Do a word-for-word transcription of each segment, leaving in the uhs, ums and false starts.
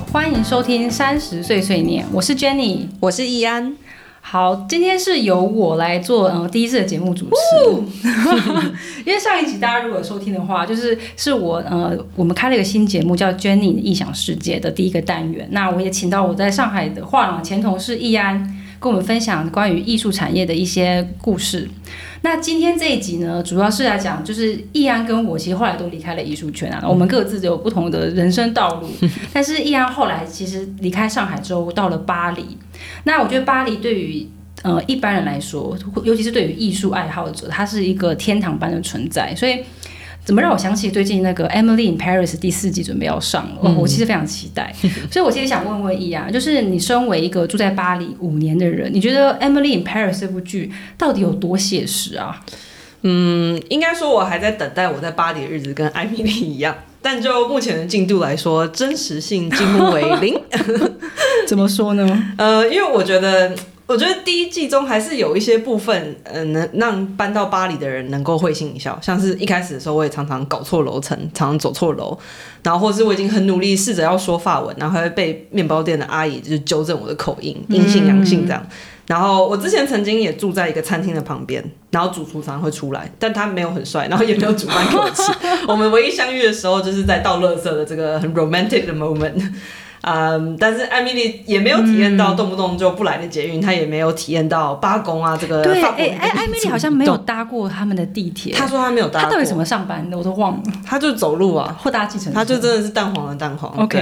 欢迎收听三十岁碎念，我是 Jenny， 我是易安。 好，今天是由我来做呃第一次的节目主持，因为上一集大家如果有收听的话，就是是我呃我们开了一个新节目叫 Jenny 的异想世界的第一个单元，那我也请到我在上海的画廊前同事易安，跟我们分享关于艺术产业的一些故事。那今天这一集呢，主要是来讲，就是易安跟我其实后来都离开了艺术圈啊，我们各自有不同的人生道路。但是易安后来其实离开上海之后，到了巴黎。那我觉得巴黎对于呃一般人来说，尤其是对于艺术爱好者，它是一个天堂般的存在，所以。怎么让我想起最近那个《Emily in Paris》第四季准备要上了、嗯哦，我其实非常期待。所以我其实想问问易安，就是你身为一个住在巴黎五年的人，你觉得《Emily in Paris》这部剧到底有多写实啊？ 嗯，应该说我还在等待我在巴黎的日子跟艾米丽一样，但就目前的进度来说，真实性几乎为零。 怎么说呢？ 呃，因为我觉得。我觉得第一季中还是有一些部分，呃，能让搬到巴黎的人能够会心一笑。像是一开始的时候，我也常常搞错楼层，常常走错楼，然后或是我已经很努力试着要说法文，然后还会被面包店的阿姨就是纠正我的口音，阴性阳性这样。嗯、然后我之前曾经也住在一个餐厅的旁边，然后主厨常常会出来，但他没有很帅，然后也没有煮饭给我吃。我们唯一相遇的时候，就是在倒垃圾的这个很 romantic 的 moment。嗯，但是艾米丽也没有体验到动不动就不来的捷运，她、嗯、也没有体验到罢工啊，这个对， 法国哎，艾米丽好像没有搭过他们的地铁。 她说她没有搭过， 她到底怎么上班的？我都忘了。 她就走路啊， 或搭计程车。 她就真的是蛋黄的蛋黄。 OK 。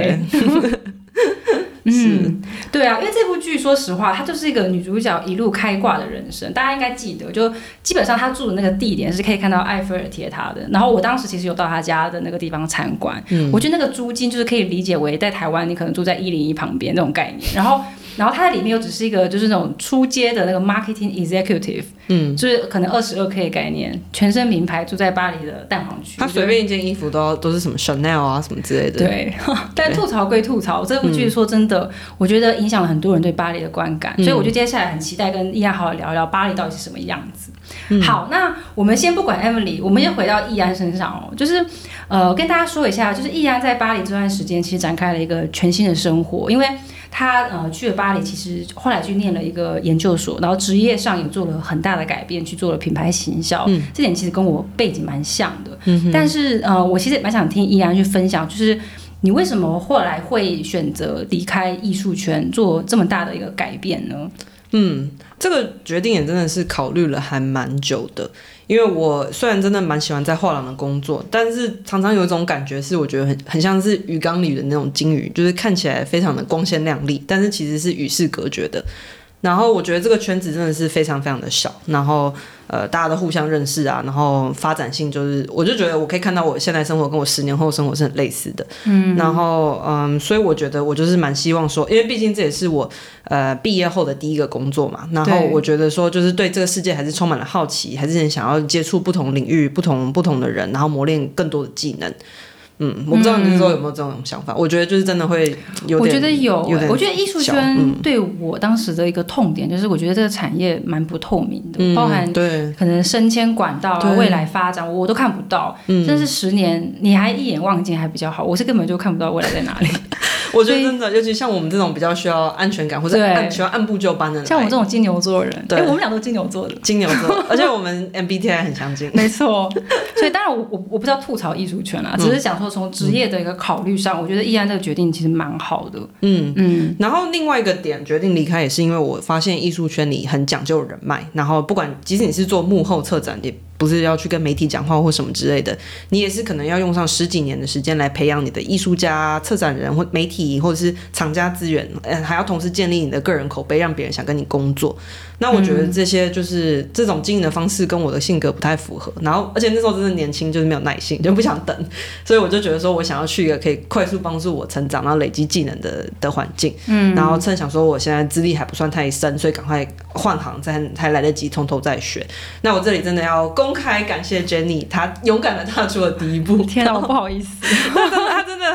嗯，对啊，因为这部剧说实话，它就是一个女主角一路开挂的人生。大家应该记得，就基本上她住的那个地点是可以看到埃菲尔铁塔的。然后我当时其实有到她家的那个地方参观，嗯、我觉得那个租金就是可以理解为在台湾你可能住在一零一旁边那种概念。然后，然后她在里面又只是一个就是那种初阶的那个 marketing executive， 嗯，就是可能二十二 K 的概念，全身名牌，住在巴黎的蛋黄区。 她随便一件衣服都都是什么 Chanel 啊什么之类的。 对，但吐槽归吐槽，这部剧说真的。我觉得影响了很多人对巴黎的观感，嗯、所以我就接下来很期待跟易安好好聊聊巴黎到底是什么样子。嗯、好，那我们先不管 Emily， 我们先回到易安身上哦，就是呃跟大家说一下，就是易安在巴黎这段时间其实展开了一个全新的生活，因为他呃去了巴黎，其实后来去念了一个研究所，然后职业上也做了很大的改变，去做了品牌行销，嗯、这点其实跟我背景蛮像的。嗯、但是呃，我其实蛮想听易安去分享，就是。你为什么后来会选择离开艺术圈，做这么大的一个改变呢？ 嗯，这个决定也真的是考虑了还蛮久的，因为我虽然真的蛮喜欢在画廊的工作，但是常常有一种感觉是，我觉得很很像是鱼缸里的那种金鱼，就是看起来非常的光鲜亮丽，但是其实是与世隔绝的。然后我觉得这个圈子真的是非常非常的小，然后呃大家都互相认识啊，然后发展性就是，我就觉得我可以看到我现在生活跟我十年后生活是很类似的，嗯，然后嗯，所以我觉得我就是蛮希望说，因为毕竟这也是我呃毕业后的第一个工作嘛，然后我觉得说就是对这个世界还是充满了好奇，还是很想要接触不同领域、不同不同的人，然后磨练更多的技能。嗯，我不知道你那时候有没有这种想法、嗯、我觉得就是真的会有点， 我觉得有、欸、 有我觉得艺术圈对我当时的一个痛点、嗯、就是我觉得这个产业蛮不透明的、嗯、包含可能升迁管道啊、未来发展我都看不到，真的是十年你还一眼望尽还比较好，我是根本就看不到未来在哪里。 我觉得真的，尤其像我们这种比较需要安全感或者按需要按部就班的人， 像我们这种金牛座的人，对、欸，我们俩都是金牛座的， 金牛座，而且我们 M B T I 很相近， 没错。所以当然我我我不知道吐槽艺术圈啦，只是讲说从职业的一个考虑上，嗯、我觉得易安这个决定其实蛮好的。 嗯嗯。然后另外一个点决定离开，也是因为我发现艺术圈里很讲究人脉，然后不管即使你是做幕后策展，也不是要去跟媒体讲话或什么之类的，你也是可能要用上十几年的时间来培养你的艺术家、策展人或媒体或者是厂家资源，呃，还要同时建立你的个人口碑，让别人想跟你工作。那我觉得这些就是这种经营的方式跟我的性格不太符合，然后而且那时候真的年轻，就是没有耐心，就不想等，所以我就觉得说我想要去一个可以快速帮助我成长然后累积技能的的环境，嗯，然后趁想说我现在资历还不算太深，所以赶快换行，才还来得及从头再学。那我这里真的要公开感谢 Jenny， 她勇敢的踏出了第一步。 天啊，我不好意思， 她真的她真的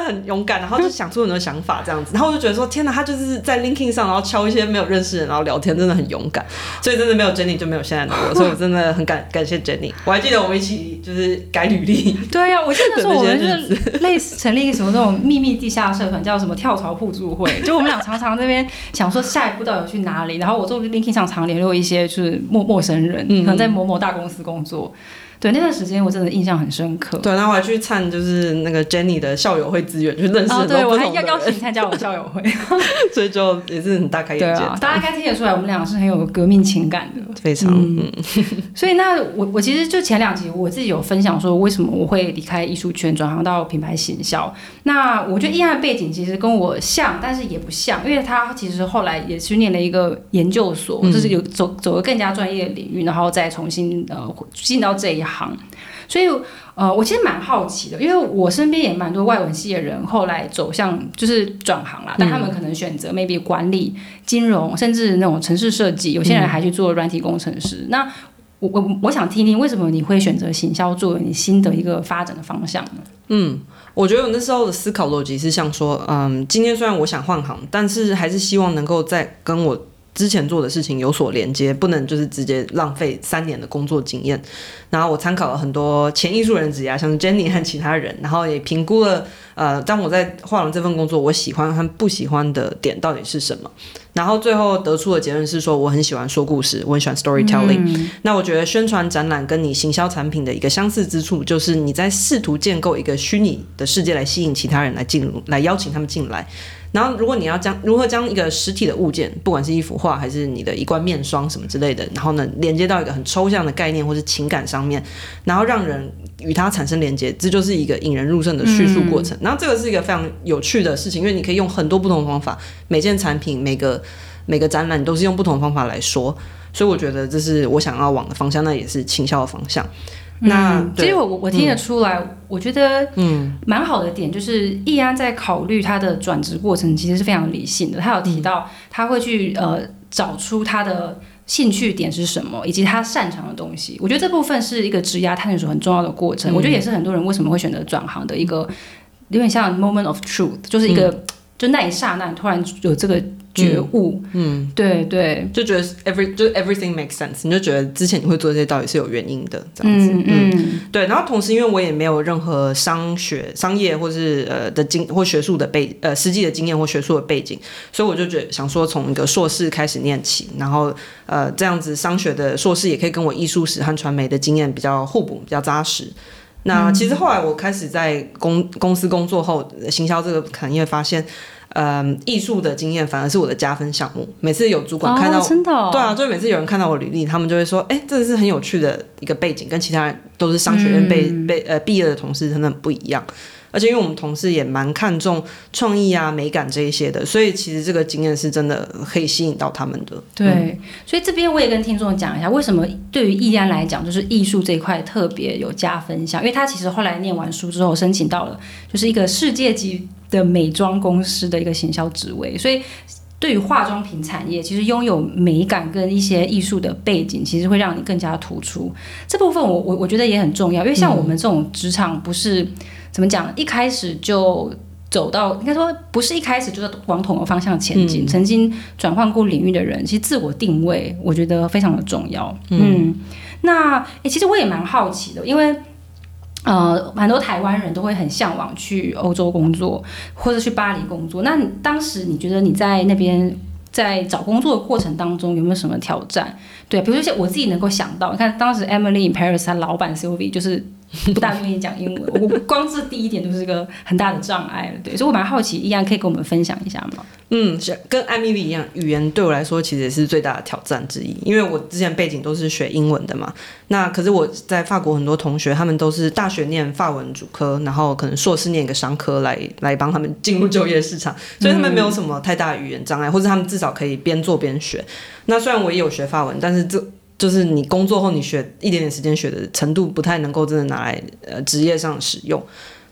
的很勇敢，然后就想出很多想法这样子，然后我就觉得说天哪，他就是在 LinkedIn 上然后敲一些没有认识的人然后聊天，真的很勇敢，所以真的没有 Jenny 就没有现在的我，所以我真的很感感谢 Jenny。 我还记得我们一起就是改履历， 对呀、啊，我记得说我们就是类似成立一个什么那种秘密地下社团，叫什么跳槽互助会，就我们俩常常这边想说下一步到底去哪里，然后我做 LinkedIn 上常联络一些就是陌陌生人，可能在某某大公司工作。对，那段时间我真的印象很深刻。 对，然后我还去参就是那个 Jenny 的校友会资源，去认识很多不同的人。哦，对， 我还要邀请参加我的校友会， 所以就也是很大开眼界。 对啊，大家应该听得出来，我们俩是很有革命情感的， 非常。嗯， 所以那我我其实就前两集我自己有分享说，为什么我会离开艺术圈，转行到品牌行销。那我觉得易安的背景其实跟我像，但是也不像，因为他其实后来也去念了一个研究所，嗯、就是有走走了更加专业的领域，然后再重新呃进到这一行。所以，呃，我其实蛮好奇的，因为我身边也蛮多外文系的人后来走向就是转行啦，但他们可能选择 maybe 管理、金融，甚至那种城市设计，有些人还去做软体工程师。嗯、那我我我想听听，为什么你会选择行销作为你新的一个发展的方向呢？ 嗯，我觉得我那时候的思考逻辑是像说，嗯，今天虽然我想换行，但是还是希望能够再跟我之前做的事情有所连接，不能就是直接浪费三年的工作经验。然后我参考了很多前艺术人职涯，像是 Jenny 和其他人，然后也评估了呃，当我在画廊这份工作，我喜欢和不喜欢的点到底是什么。然后最后得出的结论是说，我很喜欢说故事，我很喜欢 storytelling、嗯、那我觉得宣传展览跟你行销产品的一个相似之处，就是你在试图建构一个虚拟的世界来吸引其他人来进入，来邀请他们进来。然后如果你要将如何将一个实体的物件，不管是一幅画还是你的一罐面霜什么之类的，然后呢连接到一个很抽象的概念或是情感上面，然后让人与它产生连接，这就是一个引人入胜的叙述过程、嗯、然后这个是一个非常有趣的事情，因为你可以用很多不同的方法，每件产品每个每个展览你都是用不同的方法来说，所以我觉得这是我想要往的方向，那也是倾销的方向。那、 嗯、其实我我听得出来、嗯、我觉得蛮好的点就是易安在考虑他的转职过程其实是非常理性的，他有提到他会去呃找出他的兴趣点是什么以及他擅长的东西，我觉得这部分是一个职涯探索很重要的过程、嗯、我觉得也是很多人为什么会选择转行的一个有点像 moment of truth， 就是一个、嗯、就那一刹那突然有这个觉悟，嗯，对对， 就觉得 every 就 everything makes sense， 你就觉得之前你会做这些到底是有原因的，这样子，嗯嗯，嗯对。然后同时，因为我也没有任何商学、商业或是呃的经或学术的背呃实际的经验或学术的背景，所以我就觉得想说从一个硕士开始念起，然后呃这样子商学的硕士也可以跟我艺术史和传媒的经验比较互补，比较扎实。那其实后来我开始在公公司工作后，行销这个产业发现。嗯，艺术的经验反而是我的加分项目。每次有主管看到， 哦、真的、哦， 对啊，就每次有人看到我履历，他们就会说：“哎、欸，这是很有趣的一个背景，跟其他人都是商学院被、嗯、被呃毕业的同事真的很不一样。”而且因为我们同事也蛮看重创意啊、美感这一些的，所以其实这个经验是真的可以吸引到他们的。 对，嗯、所以这边我也跟听众讲一下，为什么对于易安来讲，就是艺术这一块特别有加分项，因为他其实后来念完书之后，申请到了就是一个世界级的美妆公司的一个行销职位，所以对于化妆品产业，其实拥有美感跟一些艺术的背景，其实会让你更加突出。这部分我我我觉得也很重要，因为像我们这种职场不是、嗯、怎么讲，一开始就走到，应该说不是一开始就是往同个方向前进，嗯、曾经转换过领域的人，其实自我定位，我觉得非常的重要。嗯，嗯那、欸、其实我也蛮好奇的，因为。呃，蛮多台湾人都会很向往去欧洲工作，或者去巴黎工作。那当时你觉得你在那边在找工作的过程当中有没有什么挑战？对，比如说我自己能够想到，你看当时 Emily in Paris 她老板 Sylvie 就是不大愿意讲英文，我光是第一点就是一个很大的障碍了。对，所以我蛮好奇，依然可以跟我们分享一下吗？ 嗯，跟艾米丽一样，语言对我来说其实也是最大的挑战之一，因为我之前背景都是学英文的嘛。那可是我在法国很多同学，他们都是大学念法文主科，然后可能硕士念一个商科来来帮他们进入就业市场，所以他们没有什么太大的语言障碍，或者他们至少可以边做边学。那虽然我也有学法文，但是这就是你工作后你学一点点时间学的程度不太能够真的拿来呃职业上使用。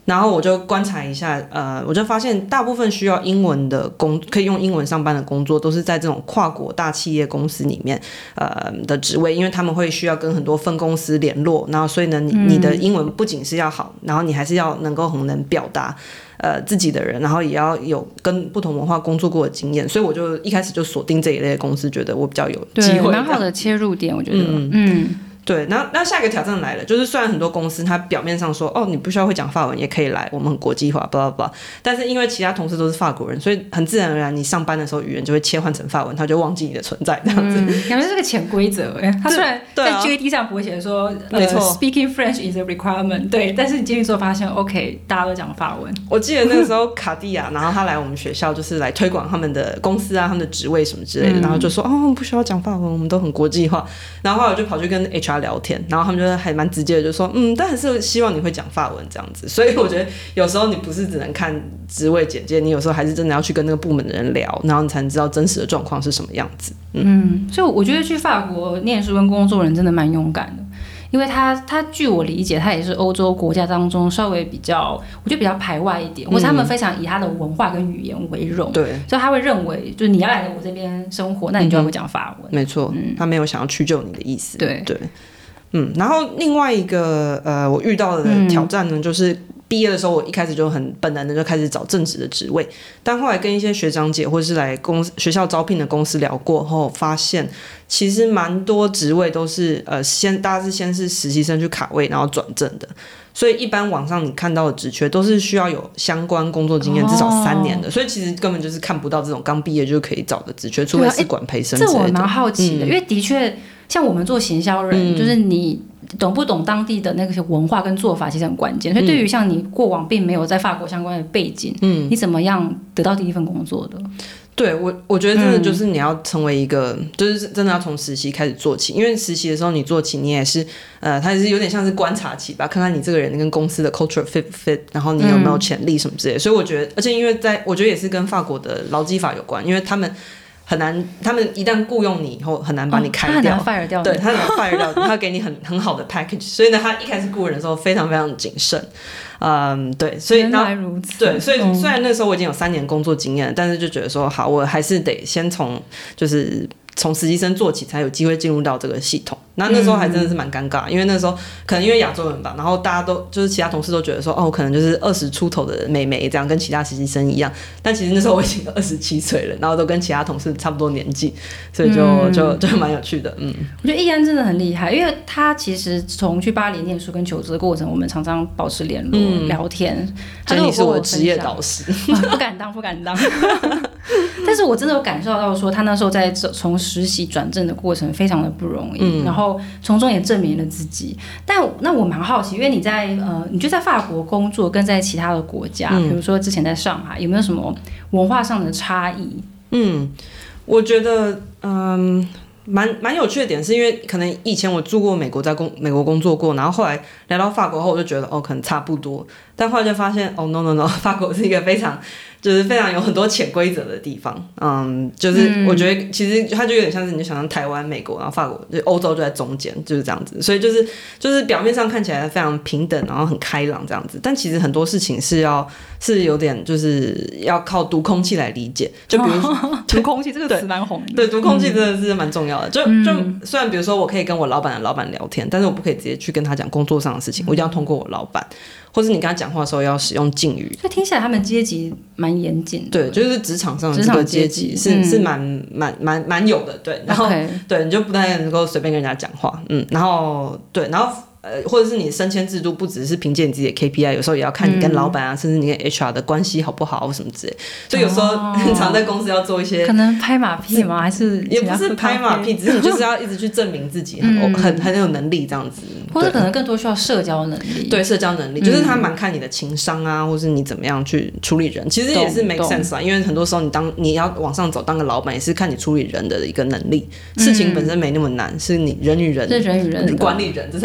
然后我就观察一下，呃，我就发现大部分需要英文的工，可以用英文上班的工作，都是在这种跨国大企业公司里面，呃的职位，因为他们会需要跟很多分公司联络，然后所以呢，你你的英文不仅是要好，然后你还是要能够很能表达。呃，自己的人，然后也要有跟不同文化工作过的经验，所以我就一开始就锁定这一类的公司，觉得我比较有机会， 蛮好的切入点，我觉得，嗯。嗯对，那那下一个挑战来了，就是虽然很多公司它表面上说哦，你不需要会讲法文也可以来，我们很国际化，blah blah blah，但是因为其他同事都是法国人，所以很自然而然，你上班的时候语言就会切换成法文，他就忘记你的存在这样子。 嗯、感觉是个潜规则哎，他虽然在 J D 上不会写说， 没错、 呃、，Speaking French is a requirement， 对，但是你进去之后发现 ，OK， 大家都讲法文。 我记得那个时候卡地亚，然后他来我们学校就是来推广他们的公司啊，他们的职位什么之类的，嗯、然后就说哦，不需要讲法文，我们都很国际化。然后后来我就跑去跟 H R 聊天，然后他们就还蛮直接的，就说嗯，但还是希望你会讲法文这样子。所以我觉得有时候你不是只能看职位简介，你有时候还是真的要去跟那个部门的人聊，然后你才能知道真实的状况是什么样子。嗯， 嗯所以我觉得去法国念书跟工作人真的蛮勇敢的。因为他他据我理解，他也是欧洲国家当中稍微比较，我觉得比较排外一点，或者他们非常以他的文化跟语言为荣， 对， 所以他会认为就是你要来我这边生活，那你就要会讲法文， 嗯、没错、嗯，他没有想要屈就你的意思， 对对，嗯，然后另外一个呃，我遇到的挑战呢，嗯、就是毕业的时候，我一开始就很本能的就开始找正职的职位，但后来跟一些学长姐或者是来公学校招聘的公司聊过后，发现其实蛮多职位都是呃先大家是先是实习生去卡位，然后转正的。所以一般网上你看到的职缺都是需要有相关工作经验至少三年的，哦、所以其实根本就是看不到这种刚毕业就可以找的职缺，除非是管培生之类的。 这我蛮好奇的，嗯、因为的确像我们做行销人，嗯、就是你懂不懂当地的那个文化跟做法其实很关键。所以对于像你过往并没有在法国相关的背景，嗯、你怎么样得到第一份工作的？ 对我，我觉得真的就是你要成为一个，嗯、就是真的要从实习开始做起，因为实习的时候你做起，你也是，呃，它也是有点像是观察期吧，看看你这个人跟公司的 culture fit 不 fit， 然后你有没有潜力什么之类的。嗯、所以我觉得，而且因为在我觉得也是跟法国的劳基法有关，因为他们很难，他们一旦雇佣你以后很难把你开掉， 哦、他很难 fire 掉， 对，他很难 fire 掉，他给你很很好的 package， 所以呢，他一开始雇人的时候非常非常谨慎。嗯，对，所以那对，所以虽然那时候我已经有三年工作经验了，但是就觉得说，好，我还是得先从就是从实习生做起，才有机会进入到这个系统。那那时候还真的是蛮尴尬，因为那时候可能因为亚洲人吧，然后大家都就是其他同事都觉得说，哦，可能就是二十出头的妹妹这样，跟其他实习生一样。但其实那时候我已经二十七岁了，然后都跟其他同事差不多年纪，所以就、嗯、就就蛮有趣的。嗯， 我觉得易安真的很厉害，因为他其实从去巴黎念书跟求职的过程，我们常常保持联络、嗯、聊天。 他你是我的职业导师， 不敢当，不敢当。但是我真的有感受到说，他那时候在从实习转正的过程非常的不容易，嗯、然后从中也证明了自己。但那我蛮好奇，因为你在呃，你就在法国工作，跟在其他的国家，嗯、比如说之前在上海，有没有什么文化上的差异？ 嗯，我觉得，嗯。蛮蛮有趣的点是因为可能以前我住过美国，在工美国工作过，然后后来来到法国后，我就觉得哦，可能差不多，但后来就发现哦 ，no no no， 法国是一个非常就是非常有很多潜规则的地方，嗯，就是我觉得其实它就有点像是你就想象台湾、美国，然后法国就欧洲就在中间，就是这样子，所以就是就是表面上看起来非常平等，然后很开朗这样子，但其实很多事情是要是有点就是要靠读空气来理解，就比如说、 哦、读空气这个词蛮红的， 对，读空气真的是蛮重要的。就就虽然比如说我可以跟我老板的老板聊天，但是我不可以直接去跟他讲工作上的事情，我一定要通过我老板，或是你跟他讲话的时候要使用敬语。 所以听起来他们阶级蛮严谨的。 对，就是职场上的这个阶级是、嗯、是蛮蛮蛮蛮有的，对。然后、okay. 对，你就不太能够随便跟人家讲话，嗯，然后对，然后。呃，或者是你升迁制度不只是凭借你自己的 K P I， 有时候也要看你跟老板啊，嗯、甚至你跟 H R 的关系好不好或什么之类。所以有时候很常在公司要做一些， 可能拍马屁吗？还是也不是拍马屁，只是你就是要一直去证明自己很、嗯、很很有能力这样子。 或者可能更多需要社交能力。 对，社交能力、嗯、就是他蛮看你的情商啊，或是你怎么样去处理人。其实也是 make sense 啦，因为很多时候你当你要往上走当个老板，也是看你处理人的一个能力。嗯、事情本身没那么难，是你人与人、 人与人管理人，这才是最难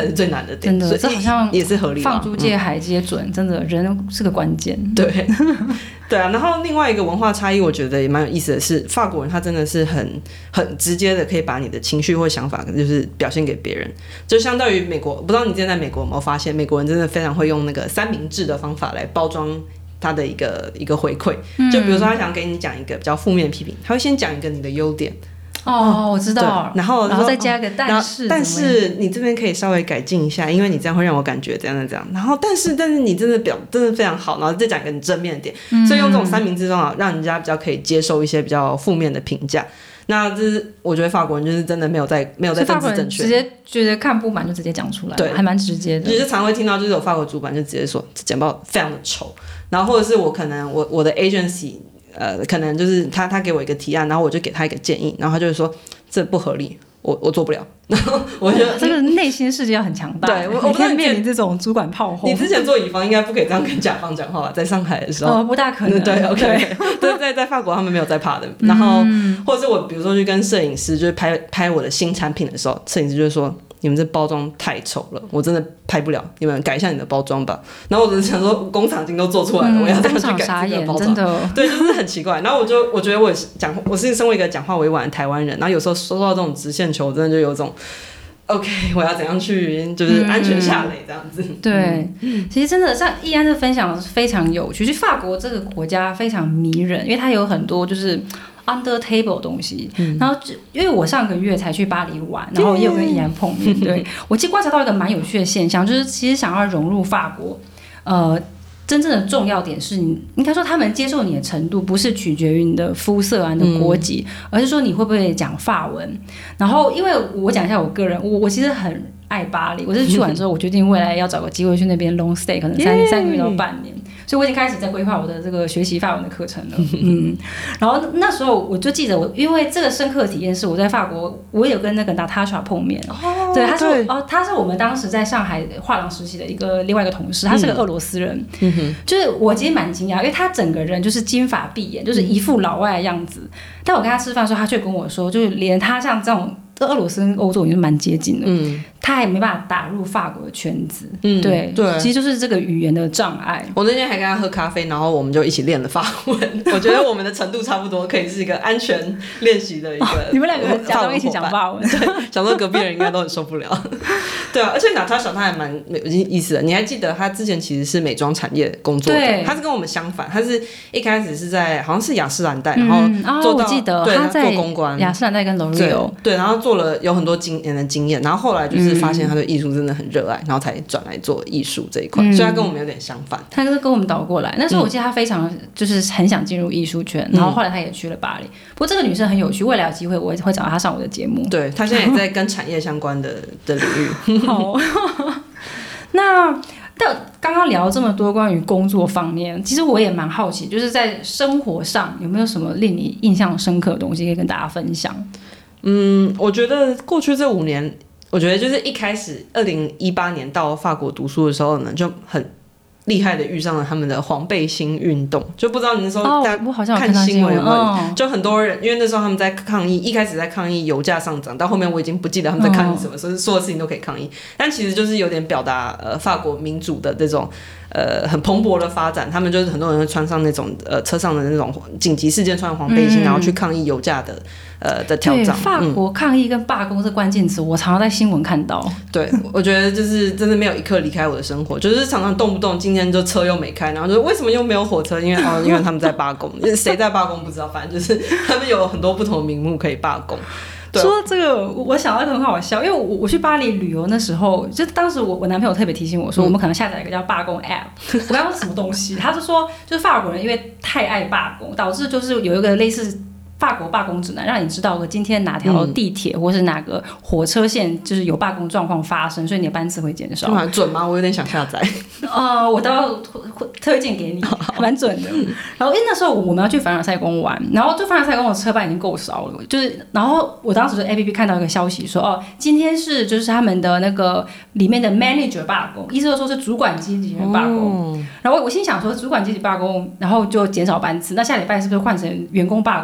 的点， 真的，这好像也是合理的。 放诸界海皆准，嗯、真的人是个关键。 对，对啊。然后另外一个文化差异，我觉得也蛮有意思的是，法国人他真的是很很直接的，可以把你的情绪或想法就是表现给别人，就相对于美国，不知道你之前在美国有没有发现，美国人真的非常会用那个三明治的方法来包装他的一个一个回馈。就比如说他想给你讲一个比较负面的批评，他会先讲一个你的优点。 哦，我知道， 然后然后再加个但是， 但是你这边可以稍微改进一下，因为你这样会让我感觉怎样怎样。然后但是但是你真的表真的非常好，然后再讲一个你正面的点，嗯、所以用这种三明治方法让人家比较可以接受一些比较负面的评价。那这是我觉得法国人就是真的没有在没有在政治正确， 直接觉得看不满就直接讲出来， 对， 还蛮直接的。 就是常会听到就是有法国主管就直接说这简报非常的丑，然后或者是我可能我我的 agency 呃可能就是他他给我一个提案，然后我就给他一个建议，然后他就会说这不合理。我我做不了，然后我觉得这个内心世界要很强大。 对，我我可以面临这种主管炮轰。 你之前做乙方应该不可以这样跟甲方讲话吧？在上海的时候， 哦，不大可能。 对 ，OK， 对，在在法国他们没有在怕的。然后，嗯、或者是我比如说去跟摄影师就是拍拍我的新产品的时候，摄影师就会说你们这包装太丑了，我真的拍不了，你们改一下你的包装吧。然后我只是想说，工厂已经都做出来了，嗯、我要这样去改这个包装， 真的， 对，就是很奇怪。然后我就我觉得我讲我是身为一个讲话委婉的台湾人，然后有时候收到这种直线球，我真的就有种。OK， 我要怎样去就是安全下垒这样子？嗯、 对，嗯、其实真的像易安的分享非常有趣。其实法国这个国家非常迷人，因为它有很多就是 under table 的东西。嗯、然后因为我上个月才去巴黎玩，然后也有跟易安碰面。对，我其实观察到一个蛮有趣的现象，就是其实想要融入法国，呃。真正的重要点是你应该说他们接受你的程度不是取决于你的肤色啊、你的国籍，嗯、而是说你会不会讲法文。然后因为我讲一下我个人，我我其实很爱巴黎，我是去完之后，我决定未来要找个机会去那边 long stay， 可能三三个月到半年。所以我已经开始在规划我的这个学习法文的课程了。嗯，然后那时候我就记得我，因为这个深刻的体验是我在法国，我有跟那个 Natasha 碰面。哦，对，他是哦，他是我们当时在上海画廊实习的一个另外一个同事，他是个俄罗斯人。嗯哼，就是我其实蛮惊讶，因为他整个人就是金发碧眼，就是一副老外的样子。嗯、但我跟他吃饭的时候，他却跟我说，就是连他像这种。俄罗斯跟欧洲已经蛮接近的，嗯，他还没办法打入法国的圈子，嗯，对对，其实就是这个语言的障碍。 我那天还跟他喝咖啡，然后我们就一起练了法文。我觉得我们的程度差不多，可以是一个安全练习的一个、哦。 你们两个假装一起讲法文， 对，想说隔壁人应该都很受不了。对啊，而且娜塔莎她还蛮有意思的。你还记得她之前其实是美妆产业工作的，她是跟我们相反，她是一开始是在好像是雅诗兰黛，然后做到、 嗯哦、我记得她在做公关， 雅诗兰黛跟 L'Oreal， 对，然后做了有很多经年的经验，然后后来就是发现他对艺术真的很热爱，嗯、然后才转来做艺术这一块，嗯、所以他跟我们有点相反。 他是跟我们倒过来。那时候我记得他非常就是很想进入艺术圈，嗯、然后后来他也去了巴黎。不过这个女生很有趣，未来有机会我也会找她上我的节目。 对，她现在也在跟产业相关的的领域。 好，那。但刚刚聊这么多关于工作方面，其实我也蛮好奇，就是在生活上有没有什么令你印象深刻的东西可以跟大家分享？ 嗯，我觉得过去这五年，我觉得就是一开始二零一八年到法国读书的时候呢，就很厉害的遇上了他们的黄背心运动，就不知道你那时候大家看新闻有没有？哦、就很多人，因为那时候他们在抗议，一开始在抗议油价上涨，到后面我已经不记得他们在抗议什么，所以、哦、所有事情都可以抗议，但其实就是有点表达呃法国民主的这种。呃，很蓬勃的发展，他们就是很多人会穿上那种呃车上的那种紧急事件穿黄背心，嗯、然后去抗议油价的呃的挑战。 法国抗议跟罢工是关键词，嗯、我常常在新闻看到。 对，我觉得就是真的没有一刻离开我的生活，就是常常动不动今天就车又没开，然后就为什么又没有火车？因为哦，因为他们在罢工，谁在罢工不知道，反正就是他们有很多不同的名目可以罢工。 说到这个，我想到一个很好笑，因为我我去巴黎旅游那时候，就当时我我男朋友特别提醒我说，嗯、我们可能下载一个叫罢工 App。我刚刚说什么东西？他就说，就是法国人因为太爱罢工，导致就是有一个类似。法国罢工指南让你知道今天哪条地铁或是哪个火车线就是有罢工状况发生，所以你的班次会减少。 蛮准吗？我有点想下载。 呃，我到推荐给你，蛮准的。然后因为那时候我们要去凡尔赛宫玩，然后就凡尔赛宫的车班已经够少了，就是然后我当时的 A P P 看到一个消息说，哦，今天是就是他们的那个里面的 manager 罢工，意思就是说是主管阶级人罢工。哦、然后我心想说，主管阶级罢工，然后就减少班次，那下礼拜是不是换成员工罢工？是说。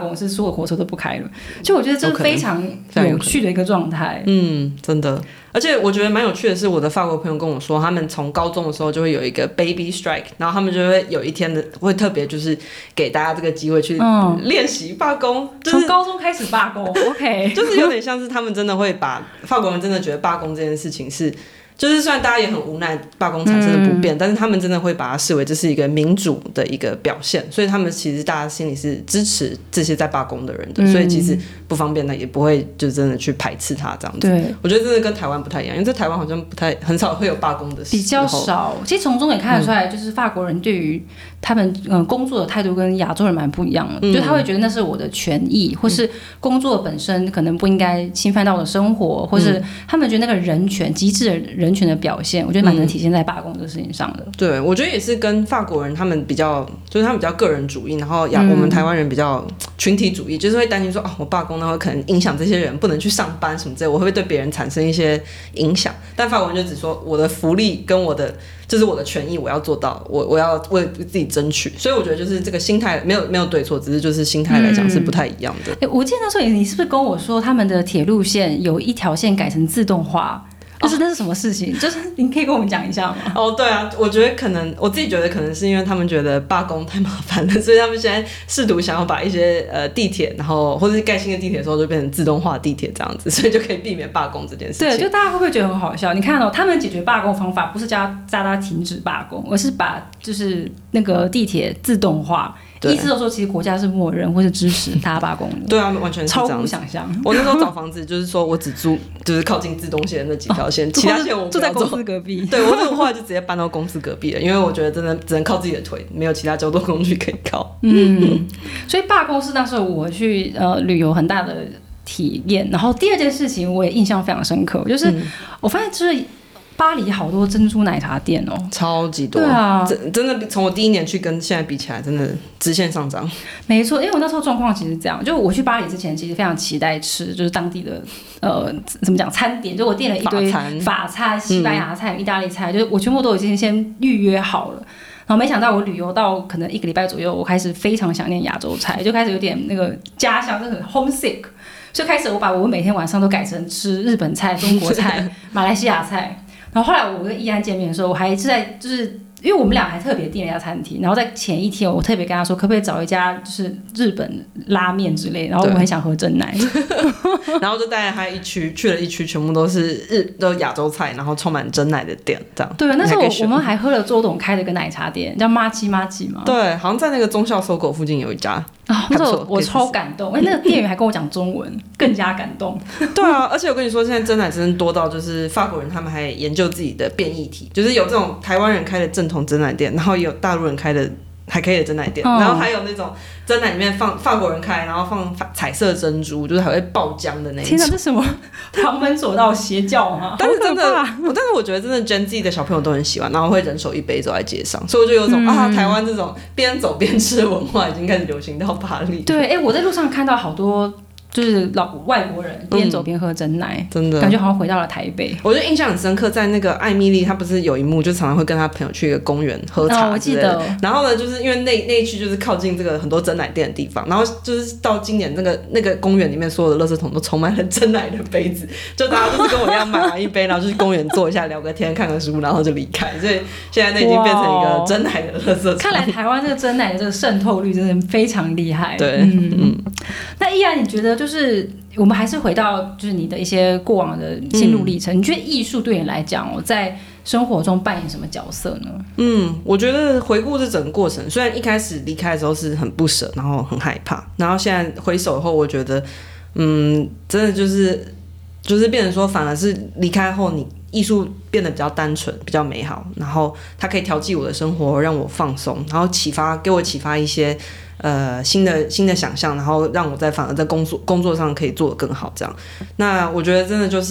所有火车都不开了。就我觉得这是非常有趣的一个状态。 嗯，真的。而且我觉得蛮有趣的是，我的法国朋友跟我说，他们从高中的时候就会有一个 baby strike， 然后他们就会有一天的会特别就是给大家这个机会去练习罢工， 嗯就是、从高中开始罢工，OK， 就是有点像是他们真的会把法国人真的觉得罢工这件事情是。就是虽然大家也很无奈罢工产生的不便、嗯、但是他们真的会把它视为这是一个民主的一个表现，所以他们其实大家心里是支持这些在罢工的人的、嗯、所以其实不方便的也不会就真的去排斥他这样子。对，我觉得真的跟台湾不太一样，因为在台湾好像不太很少会有罢工的时候， 比较少。其实从中也看得出来，就是法国人对于他们、嗯、工作的态度跟亚洲人蛮不一样的、嗯、就他会觉得那是我的权益，或是工作本身可能不应该侵犯到我的生活，或是他们觉得那个人权极致的人权的表现，我觉得蛮能体现在罢工这个事情上的、嗯、 对，我觉得也是跟法国人他们比较，就是他们比较个人主义，然后亚、嗯、我们台湾人比较群体主义，就是会担心说啊，我罢工那会可能影响这些人不能去上班什么之类，我会不会对别人产生一些影响，但法国人就只说我的福利跟我的就是我的权益我要做到，我我要为自己争取，所以我觉得就是这个心态没有没有对错，只是就是心态来讲是不太一样的、 嗯欸、我记得那时候你是不是跟我说他们的铁路线有一条线改成自动化，就是那是什么事情？就是你可以跟我们讲一下吗？ 哦，对啊，我觉得可能我自己觉得可能是因为他们觉得罢工太麻烦了，所以他们现在试图想要把一些呃地铁，然后或者是盖新的地铁的时候就变成自动化地铁这样子，所以就可以避免罢工这件事情。 对，就大家会不会觉得很好笑？你看哦，他们解决罢工方法不是叫大家停止罢工，而是把就是那个地铁自动化。意思就是说，其实国家是默认或是支持大家罢工的。 对啊，完全是这样。 超乎想象。 我那时候找房子，就是说我只租，就是靠近自动线的那几条线，哦、其他线我不要住在公司隔壁。 对，我这个后来就直接搬到公司隔壁了，因为我觉得真的只能靠自己的腿，没有其他交通工具可以靠。 嗯，所以罢工是那时候我去呃旅游很大的体验。然后第二件事情我也印象非常深刻，就是我发现就是。巴黎好多珍珠奶茶店哦， 超级多。 对啊， 真真的从我第一年去跟现在比起来，真的直线上涨。 没错，因为我那时候状况其实这样，就我去巴黎之前，其实非常期待吃就是当地的呃怎么讲餐点，就我订了一堆法餐、 法餐、西班牙菜、嗯、意大利菜，就是我全部都已经先预约好了。然后没想到我旅游到可能一个礼拜左右，我开始非常想念亚洲菜，就开始有点那个家乡，就是很 homesick。就开始我把我每天晚上都改成吃日本菜、中国菜、马来西亚菜。然后后来我跟易安见面的时候，我还是在就是因为我们俩还特别订了一家餐厅，然后在前一天我特别跟他说，可不可以找一家就是日本拉面之类，然后我很想喝珍奶， 然后就带着他一区去了一区，全部都是日都亚洲菜，然后充满珍奶的店，这样。 对，那时候 我, 我们还喝了周董开的一个奶茶店，叫妈七妈七嘛。 对，好像在那个忠孝搜狗附近有一家。 啊、哦，那时候我超感动，因为那个店员还跟我讲中文，更加感动。 对啊，而且我跟你说，现在珍奶真的多到就是法国人他们还研究自己的变异体，就是有这种台湾人开的正统珍奶店，然后也有大陆人开的还可以的珍奶店、嗯，然后还有那种珍奶里面放法国人开，然后放彩色珍珠，就是还会爆浆的那一种。 天哪，这什么旁门左道邪教吗？ 但是真的，我但是我觉得真的 Gen Z 的小朋友都很喜欢，然后会人手一杯走在街上，所以我就有种、嗯、啊，台湾这种边走边吃的文化已经开始流行到巴黎。 对，哎、欸，我在路上看到好多。就是老外国人边走边喝珍奶、嗯， 真的感觉好像回到了台北。 我觉得印象很深刻，在那个艾米丽，她不是有一幕就常常会跟她朋友去一个公园喝茶之类的、哦、我记得。然后呢，就是因为那那一区就是靠近这个很多珍奶店的地方，然后就是到今年那个那个公园里面所有的垃圾桶都充满了珍奶的杯子，就大家就是跟我一样买完一杯，然后就去公园坐一下聊个天看个书，然后就离开。所以现在那已经变成一个珍奶的垃圾桶。 看来台湾这个珍奶的这个渗透率真的非常厉害。 对，嗯嗯。 那依然你觉得就是我们还是回到就是你的一些过往的心路历程、嗯、你觉得艺术对你来讲在生活中扮演什么角色呢？ 嗯，我觉得回顾这整个过程，虽然一开始离开的时候是很不舍，然后很害怕，然后现在回首后我觉得嗯，真的就是就是变成说反而是离开后你艺术变得比较单纯比较美好，然后它可以调剂我的生活让我放松，然后启发给我启发一些呃新的新的想象，然后让我在反而在工作工作上可以做得更好这样。那我觉得真的就是、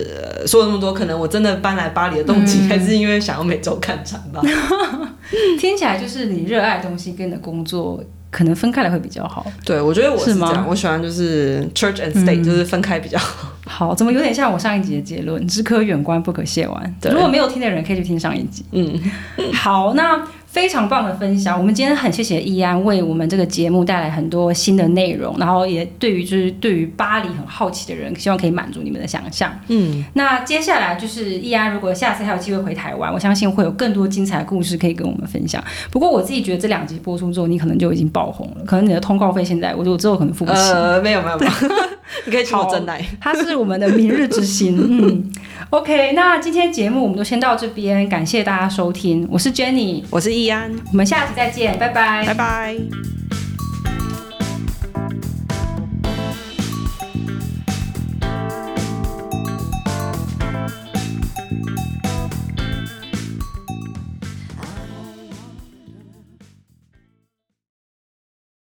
呃、说了那么多，可能我真的搬来巴黎的动机、嗯、还是因为想要每周看展吧。 听起来就是你热爱的东西跟你的工作可能分开来会比较好。 对，我觉得我是这样，我喜欢就是 church and state、嗯、就是分开比较好。 好，怎么有点像我上一集的结论，只可远观不可亵玩。如果没有听的人可以去听上一集。嗯，好，那非常棒的分享，我们今天很谢谢易安为我们这个节目带来很多新的内容，然后也对于就是对于巴黎很好奇的人，希望可以满足你们的想象。嗯，那接下来就是易安，如果下次还有机会回台湾，我相信会有更多精彩的故事可以跟我们分享。不过我自己觉得这两集播出之后，你可能就已经爆红了，可能你的通告费现在我我之后可能付不起。 呃，没有没有没有，你可以请我真奶。 他是我们的明日之星。嗯 ，OK， 那今天节目我们就先到这边，感谢大家收听，我是 Jenny， 我是易安， 我们下期再见，拜拜， 拜拜。